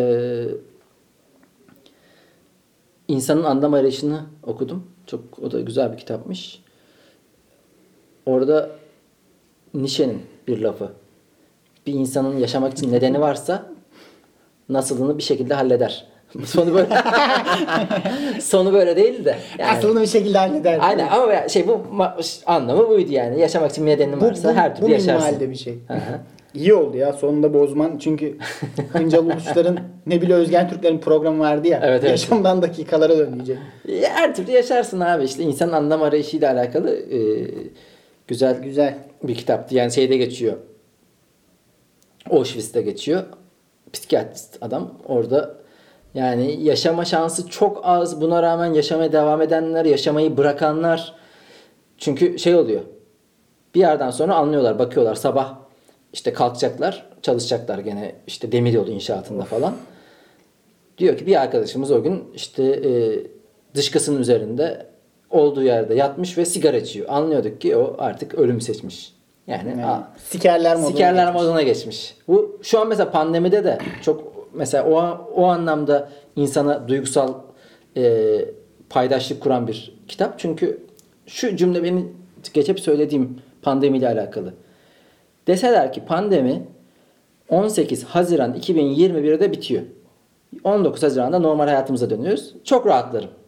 insanın anlam arayışını okudum. Çok o da güzel bir kitapmış. Orada Nietzsche'nin bir lafı. Bir insanın yaşamak için nedeni varsa nasılını bir şekilde halleder. Sonu böyle sonu böyle değil de. Yani, Aslını bir şekilde halleder. aynen ama ya- şey bu ma- anlamı buydu yani. Yaşamak için bir nedenin Bu, varsa bu, her türlü bu yaşarsın. minimalde bir şey. Hı hı. İyi oldu ya sonunda bozman. Çünkü Hıncal Uluslar'ın Nebile Özgen Türkler'in programı vardı ya. Evet, evet. Yaşamdan dakikalara dönmeyecek. Ya her türlü yaşarsın abi işte insanın anlam arayışıyla alakalı e, güzel Güzel. bir kitaptı. Yani şeyde geçiyor. Auschwitz'te geçiyor. Psikiyatrist adam orada yani yaşama şansı çok az. Buna rağmen yaşamaya devam edenler, yaşamayı bırakanlar. Çünkü şey oluyor. Bir yerden sonra anlıyorlar, bakıyorlar sabah işte kalkacaklar, çalışacaklar gene işte demiryolu inşaatında falan. Diyor ki bir arkadaşımız o gün işte e, dışkısının üzerinde olduğu yerde yatmış ve sigara içiyor. Anlıyorduk ki o artık ölümü seçmiş. Yani, Yani, a- sikerler moduna sikerler geçmiş. moduna geçmiş. Bu şu an mesela pandemide de çok mesela o o anlamda insana duygusal e, paydaşlık kuran bir kitap. Çünkü şu cümle benim geçip söylediğim pandemiyle alakalı. Deseler ki pandemi on sekiz Haziran iki bin yirmi birde bitiyor. on dokuz Haziran'da normal hayatımıza dönüyoruz. Çok rahatlarım.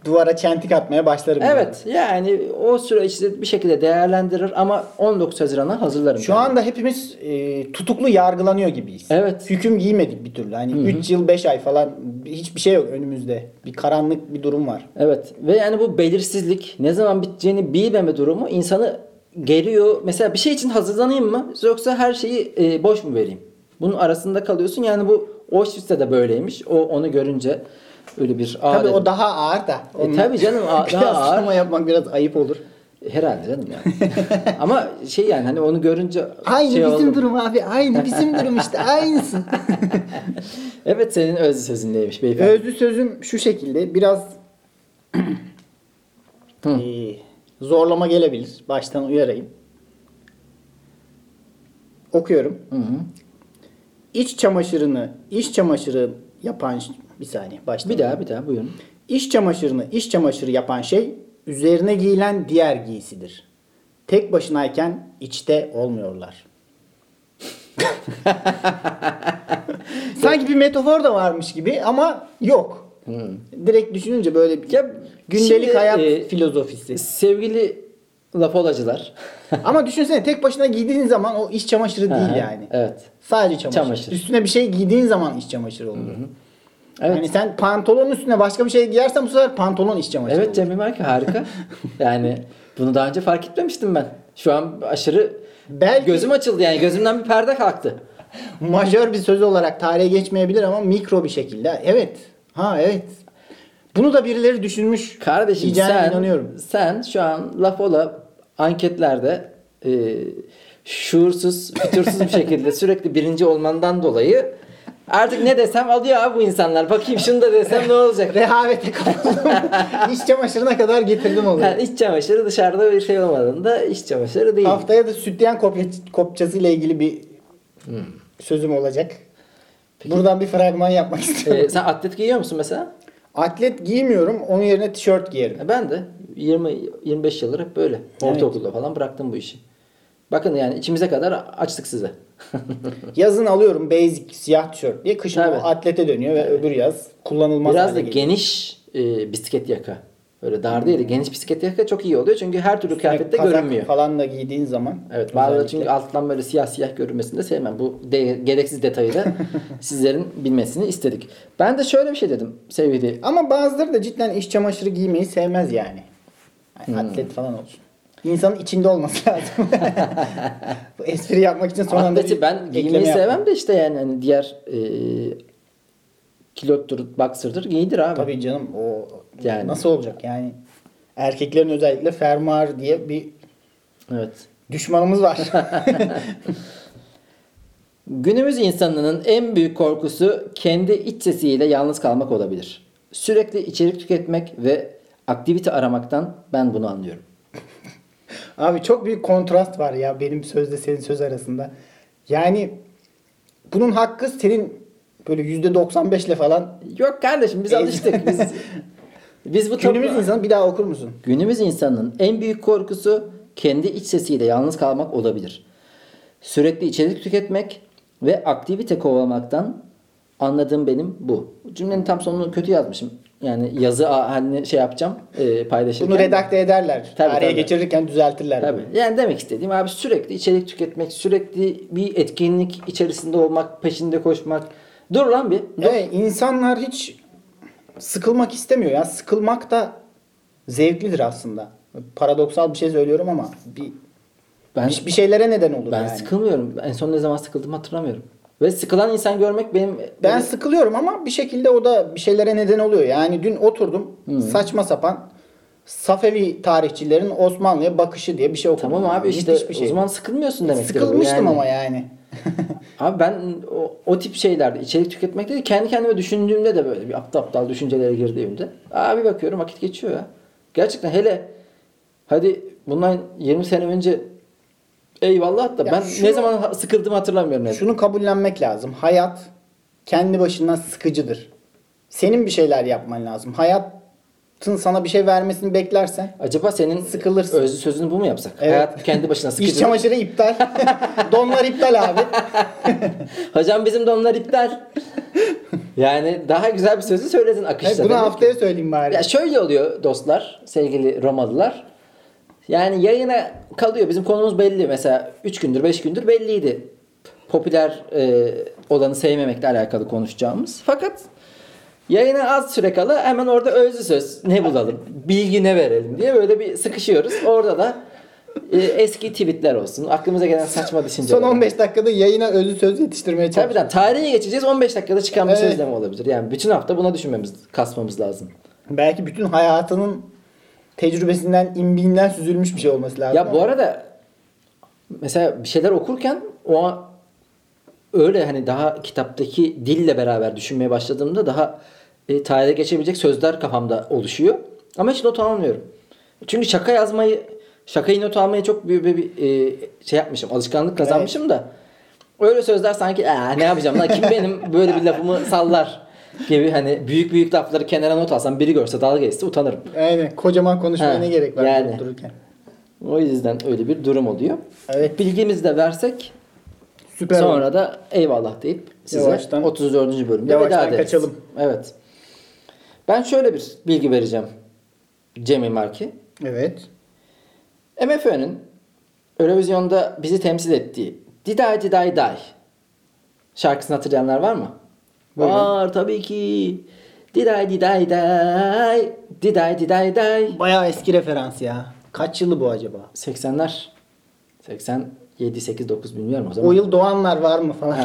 duvara çentik atmaya başlarım. Evet yani o süreçte bir şekilde değerlendirir ama on dokuz Haziran'a hazırlarım. Şu yani. anda hepimiz e, tutuklu yargılanıyor gibiyiz. Evet. Hüküm giymedik bir türlü. Hani üç yıl beş ay falan hiçbir şey yok önümüzde. Bir karanlık bir durum var. Evet ve yani bu belirsizlik ne zaman biteceğini bilmeme durumu insanı geriyor. Mesela bir şey için hazırlanayım mı yoksa her şeyi e, boş mu vereyim? Bunun arasında kalıyorsun. Yani bu Auschwitz'te de böyleymiş. O onu görünce öyle bir ağır. Tabii o daha ağır da. E, tabii canım a- daha ağır. Kıyaslama yapmak biraz ayıp olur. Herhalde canım yani. Ama şey yani hani onu görünce Aynı şey bizim oldum. durum abi. Aynı bizim durum işte. Aynısı. Evet senin özlü sözün neymiş beyefendi? Özlü sözüm şu şekilde. Biraz eee, zorlama gelebilir. Baştan uyarayım. Okuyorum. Hı hı. İç çamaşırını iç çamaşırı yapan bir saniye baştan. Bir daha bir daha buyurun. İç çamaşırını iç çamaşırı yapan şey üzerine giyilen diğer giysidir. Tek başınayken içte olmuyorlar. Sanki bir metafor da varmış gibi ama yok. Direkt düşününce böyle bir Ya gündelik şimdi, hayat e, filozofisi. Sevgili lafolacılar. Ama düşünsene tek başına giydiğin zaman o iç çamaşırı değil Aha, yani. Evet. Sadece çamaşır. Çamaşır. Üstüne bir şey giydiğin zaman iç çamaşırı oluyor. Evet. Yani sen pantolonun üstüne başka bir şey giyersen bu sefer pantolon iç çamaşırı Evet olur. Cemil Marki harika. Yani bunu daha önce fark etmemiştim ben. Şu an aşırı Belki gözüm açıldı yani gözümden bir perde kalktı. majör bir söz olarak tarihe geçmeyebilir ama mikro bir şekilde. Evet. Ha evet. Bunu da birileri düşünmüş. Kardeşim diyeceğine sen, inanıyorum. sen şu an laf ola anketlerde e, şuursuz, fütursuz bir şekilde sürekli birinci olmandan dolayı artık ne desem alıyor abi bu insanlar. Bakayım şunu da desem ne olacak? Rehavete kapıldım. İç çamaşırına kadar getirdim onu. Yani iç çamaşırı dışarıda bir şey olmadığında iç çamaşırı değil. Haftaya da sütyen kopya, kopçası ile ilgili bir Hmm. sözüm olacak. Buradan bir fragman yapmak istiyorum. E, sen atlet giyiyor musun mesela? Atlet giymiyorum. Onun yerine tişört giyerim. E, Ben de yirmi yirmi beş yıldır hep böyle. Evet. Ortaokulda falan bıraktım bu işi. Bakın yani içimize kadar açtık size. Yazın alıyorum basic siyah tişört diye. Kışın Tabii. o atlete dönüyor ve öbür yaz kullanılmaz Biraz da hale geliyor. geniş e, bisiklet yaka. Öyle dar değil de geniş bisiklet yaka çok iyi oluyor. Çünkü her türlü kıyafette Kazak görünmüyor. falan da giydiğin zaman. Evet bazıları özellikle. çünkü alttan böyle siyah siyah görünmesini de sevmem. Bu de, gereksiz detayı da sizlerin bilmesini istedik. Ben de şöyle bir şey dedim sevgili. Ama bazıları da cidden iç çamaşırı giymeyi sevmez yani. Yani Hmm. Atlet falan olsun. İnsanın içinde olması lazım. Bu espri yapmak için son anda Atleti bir ben ekleme giymeyi yaptım. sevmem de işte yani hani diğer e, kilottur, boxer'dır giydir abi. Tabii canım o Yani. nasıl olacak yani. Erkeklerin özellikle fermuar diye bir Evet. düşmanımız var. Günümüz insanının en büyük korkusu kendi iç sesiyle yalnız kalmak olabilir. Sürekli içerik tüketmek ve aktivite aramaktan ben bunu anlıyorum. Abi çok büyük kontrast var ya benim sözle senin söz arasında. Yani bunun hakkı senin böyle yüzde doksan beşle falan. Yok kardeşim biz Ez- alıştık. Biz, biz bu Günümüz toplu- insanı bir daha okur musun? Günümüz insanının en büyük korkusu kendi iç sesiyle yalnız kalmak olabilir. Sürekli içerik tüketmek ve aktivite kovalamaktan anladığım benim bu. Cümlenin tam sonunu kötü yazmışım. Yani yazı halini şey yapacağım, e, paylaşırken. Bunu redakte ederler. Tabii, Tarihe tabii. geçirirken düzeltirler. Tabii. Yani demek istediğim abi sürekli içerik tüketmek, sürekli bir etkinlik içerisinde olmak, peşinde koşmak. Dur lan bir. Dur. Evet, insanlar hiç sıkılmak istemiyor ya. Sıkılmak da zevklidir aslında. Paradoksal bir şey söylüyorum ama bir Ben bir şeylere neden olur ben yani. sıkılmıyorum. En son ne zaman sıkıldığımı hatırlamıyorum. Ve sıkılan insan görmek benim Ben böyle- sıkılıyorum ama bir şekilde o da bir şeylere neden oluyor. Yani dün oturdum saçma sapan Safevi tarihçilerin Osmanlı'ya bakışı diye bir şey okudum. Tamam abi Yani işte müthiş bir şey. o zaman sıkılmıyorsun demektir. bu Sıkılmıştım yani. ama yani. Abi ben o, o tip şeylerde içerik tüketmek değil kendi kendime düşündüğümde de böyle bir aptal aptal düşüncelere girdiğimde abi bakıyorum vakit geçiyor ya. Gerçekten hele hadi bundan yirmi sene önce eyvallah da Ya ben şunu- ne zaman sıkıldığımı hatırlamıyorum. Ne. Şunu kabullenmek lazım. Hayat kendi başına sıkıcıdır. Senin bir şeyler yapman lazım. Hayatın sana bir şey vermesini beklersen Acaba senin Sıkılırsın. özlü sözünü bu mu yapsak? Evet. Hayat kendi başına iç sıkıcı. çamaşırı iptal. Donlar iptal abi. Hocam bizim de onlar iptal. Yani daha güzel bir sözü söyledin akışta. Evet, bunu demek haftaya ki. söyleyeyim bari. Ya şöyle oluyor dostlar, sevgili Romalılar. Yani yayına kalıyor. Bizim konumuz belli. Mesela üç gündür, beş gündür belliydi. Popüler e, olanı sevmemekle alakalı konuşacağımız. Fakat yayına az süre kala hemen orada özlü söz ne bulalım, bilgi ne verelim diye böyle bir sıkışıyoruz. Orada da e, eski tweetler olsun, aklımıza gelen saçma düşünceler. Son on beş dakikada yayına özlü söz yetiştirmeye Tabii çalışıyoruz. de tarihe geçeceğiz. on beş dakikada çıkan bir Evet. sözlem olabilir. Yani bütün hafta buna düşünmemiz, kasmamız lazım. Belki bütün hayatının tecrübesinden, imbiğinden süzülmüş bir şey olması lazım. Ya bu arada mesela bir şeyler okurken o an öyle hani daha kitaptaki dille beraber düşünmeye başladığımda daha e, tarihe geçebilecek sözler kafamda oluşuyor. Ama hiç not almıyorum. Çünkü şaka yazmayı, şakayı not almayı çok büyük bir, bir e, şey yapmışım. Alışkanlık kazanmışım evet. da. Öyle sözler sanki ne yapacağım lan kim benim böyle bir lafımı sallar gibi hani büyük büyük lafları kenara not alsam biri görse dalga geçse utanırım. Aynen. Kocaman konuşmaya Ha, ne gerek var yani. dururken. O yüzden öyle bir durum oluyor. Evet. Bilgimizi de versek Süper sonra oldu. da eyvallah deyip size Yavaştan- otuz dördüncü bölümde yavaştan veda ederiz. kaçalım. Evet. Ben şöyle bir bilgi vereceğim. Cemil Marki. Evet. M F Ö'nün Eurovision'da bizi temsil ettiği Diday Diday Day şarkısını hatırlayanlar var mı? Buyurun. Var tabii ki. Diday Diday Day Diday Diday Day. Bayağı eski referans ya. Kaç yılı bu acaba? seksenler. seksen yedi, sekiz, dokuz bilmiyorum o zaman. O yıl doğanlar var mı falan.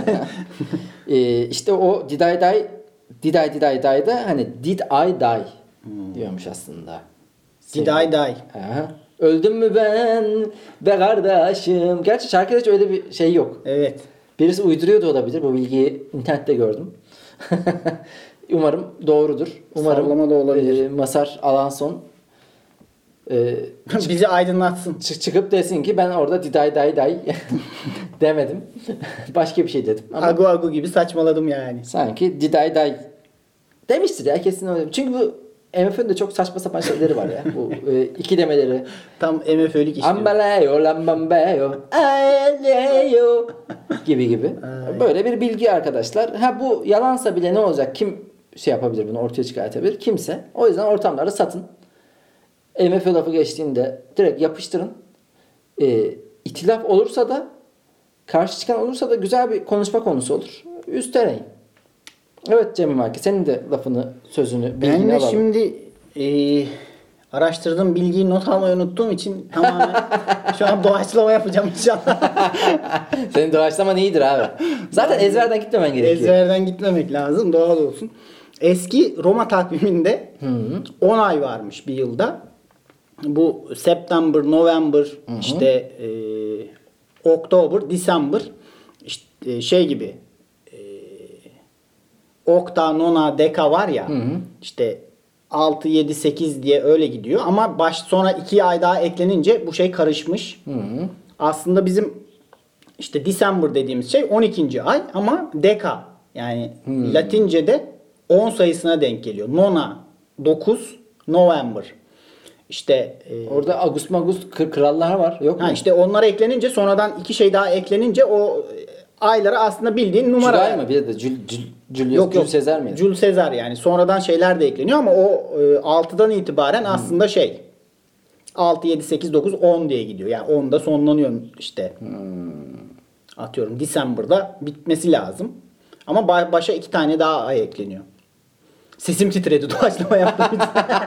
ee, işte o Diday Day Diday Diday Day'da hani Did I Die diyormuş aslında. Did I die? Aha. Öldüm mü ben be kardeşim. Gerçi şarkıda hiç öyle bir şey yok. Evet. Birisi uyduruyor da olabilir. Bu bilgiyi internette gördüm. Umarım doğrudur. Umarım Sallama da olabilir. E, Mazhar Alanson e, Bizi aydınlatsın. çık- çıkıp desin ki ben orada diday day day demedim. Başka bir şey dedim. Ama Agu agu gibi saçmaladım yani. sanki diday day demiştir ya kesin öyle. Çünkü bu M F Ö'nün de çok saçma sapan şeyleri var ya. Bu e, iki demeleri. Tam M F Ö'lük işliyor. Ambalayo lambambayo aleyo gibi gibi. Ay. Böyle bir bilgi arkadaşlar. Ha bu yalansa bile ne olacak? Kim şey yapabilir bunu ortaya çıkartabilir? Kimse. O yüzden ortamlarda satın. M F Ö lafı geçtiğinde direkt yapıştırın. E, itilaf olursa da karşı çıkan olursa da güzel bir konuşma konusu olur. Üsteleyin. Evet Cemil Marki senin de lafını, sözünü, bilgini Ben de alalım. şimdi e, araştırdığım bilgiyi not almayı unuttuğum için tamamen şu an doğaçlama yapacağım inşallah. Senin doğaçlaman iyidir abi. Zaten ezberden gitmemen gerekiyor. Ezberden gitmemek lazım, doğal olsun. Eski Roma takviminde on ay varmış bir yılda. Bu September, November, işte e, October, December, işte şey gibi e, Okta, Nona, Deka var ya. İşte altı, yedi, sekiz diye öyle gidiyor ama baş sonra iki ay daha eklenince bu şey karışmış. Aslında bizim işte December dediğimiz şey on ikinci ay ama Deka yani Latince'de on sayısına denk geliyor. Nona dokuz, November. İşte e, Orada August Magus kır- krallar var. Yok ha mu? işte onlara eklenince sonradan iki şey daha eklenince o ayları aslında bildiğin numara. July mı? Bir de Jul, Jul, Julius, Yok yok. Jules Caesar mıydı? Jules Caesar yani. Sonradan şeyler de ekleniyor ama o e, altıdan itibaren Hmm. aslında şey altı, yedi, sekiz, dokuz, on diye gidiyor. Yani onda sonlanıyor işte. Hmm. Atıyorum December'da bitmesi lazım. Ama ba- başa iki tane daha ay ekleniyor. Sesim titredi doğaçlama yaptım.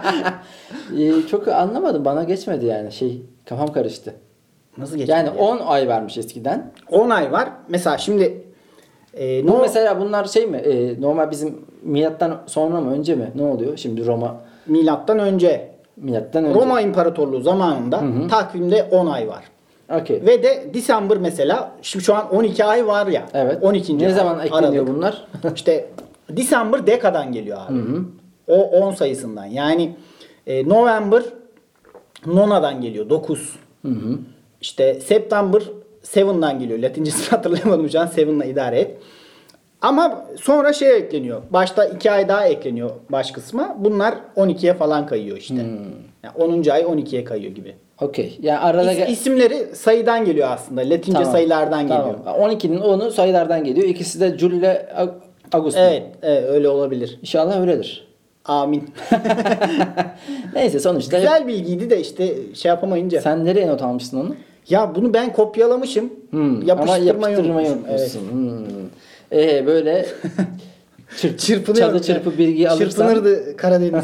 Ee, çok anlamadım. Bana geçmedi yani. Şey kafam karıştı. Nasıl geçiyor? Yani on ay varmış eskiden. on ay var. Mesela şimdi e, Bu no, mesela bunlar şey mi? E, normal bizim milattan sonra mı önce mi? Ne oluyor? Şimdi Roma milattan önce milattan önce. Roma İmparatorluğu zamanında takvimde on ay var. Okey. Ve de December mesela şu, şu an on iki ay var ya. Evet. on ikinci Ne ay, zaman ekleniyor Aralık. bunlar? İşte December Deka'dan geliyor abi. O on sayısından. Yani e, November Nona'dan geliyor. dokuz. İşte September seven'dan geliyor. Latincesini hatırlayamadım şu an. seven'la idare et. Ama sonra şey ekleniyor. Başta iki ay daha ekleniyor baş kısma. Bunlar on ikiye falan kayıyor işte. Yani onuncu ay on ikiye kayıyor gibi. Okey. Yani arada İs, isimleri sayıdan geliyor aslında. Latince Tamam, sayılardan tamam. geliyor. on ikinin onu sayılardan geliyor. İkisi de Jul ile Agustin. Evet, evet öyle olabilir. İnşallah öyledir. Amin. Neyse sonuçta. Güzel bilgiydi de işte şey yapamayınca. Sen nereye not almıştın onu? Ya bunu ben kopyalamışım. Hmm, Yapıştırmayı, ama yapıştırmayı unutmuşum. unutmuşsun. Hmm. Ee, böyle çırp, Çırpınıyorum. çalı çırpı bilgiyi alırsan. Çırpınırdı Karadeniz.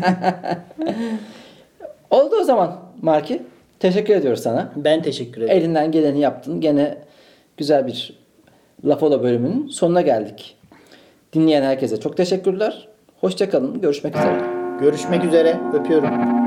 Oldu o zaman Marki. Teşekkür ediyoruz sana. Ben teşekkür ederim. Elinden geleni yaptın. Gene güzel bir Laf Ola bölümünün sonuna geldik. Dinleyen herkese çok teşekkürler. Hoşça kalın. Görüşmek üzere. Görüşmek üzere. Öpüyorum.